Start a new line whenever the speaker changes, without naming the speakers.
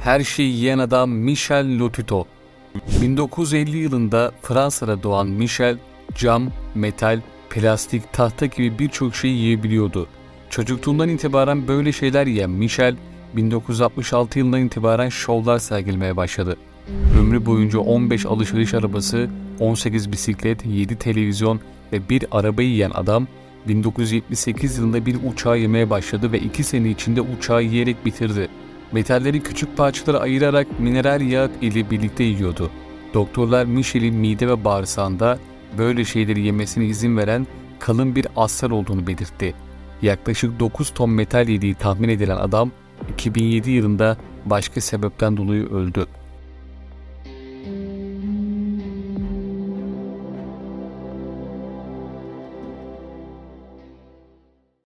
Her şeyi yiyen adam Michel Lotito. 1950 yılında Fransa'da doğan Michel, cam, metal, plastik, tahta gibi birçok şeyi yiyebiliyordu. Çocukluğundan itibaren böyle şeyler yiyen Michel, 1966 yılından itibaren şovlar sergilemeye başladı. Ömrü boyunca 15 alışveriş arabası, 18 bisiklet, 7 televizyon ve bir arabayı yiyen adam, 1978 yılında bir uçağı yemeye başladı ve 2 sene içinde uçağı yiyerek bitirdi. Metalleri küçük parçalara ayırarak mineral yağ ile birlikte yiyordu. Doktorlar Michel'in mide ve bağırsağında böyle şeyleri yemesine izin veren kalın bir astar olduğunu belirtti. Yaklaşık 9 ton metal yediği tahmin edilen adam 2007 yılında başka sebepten dolayı öldü.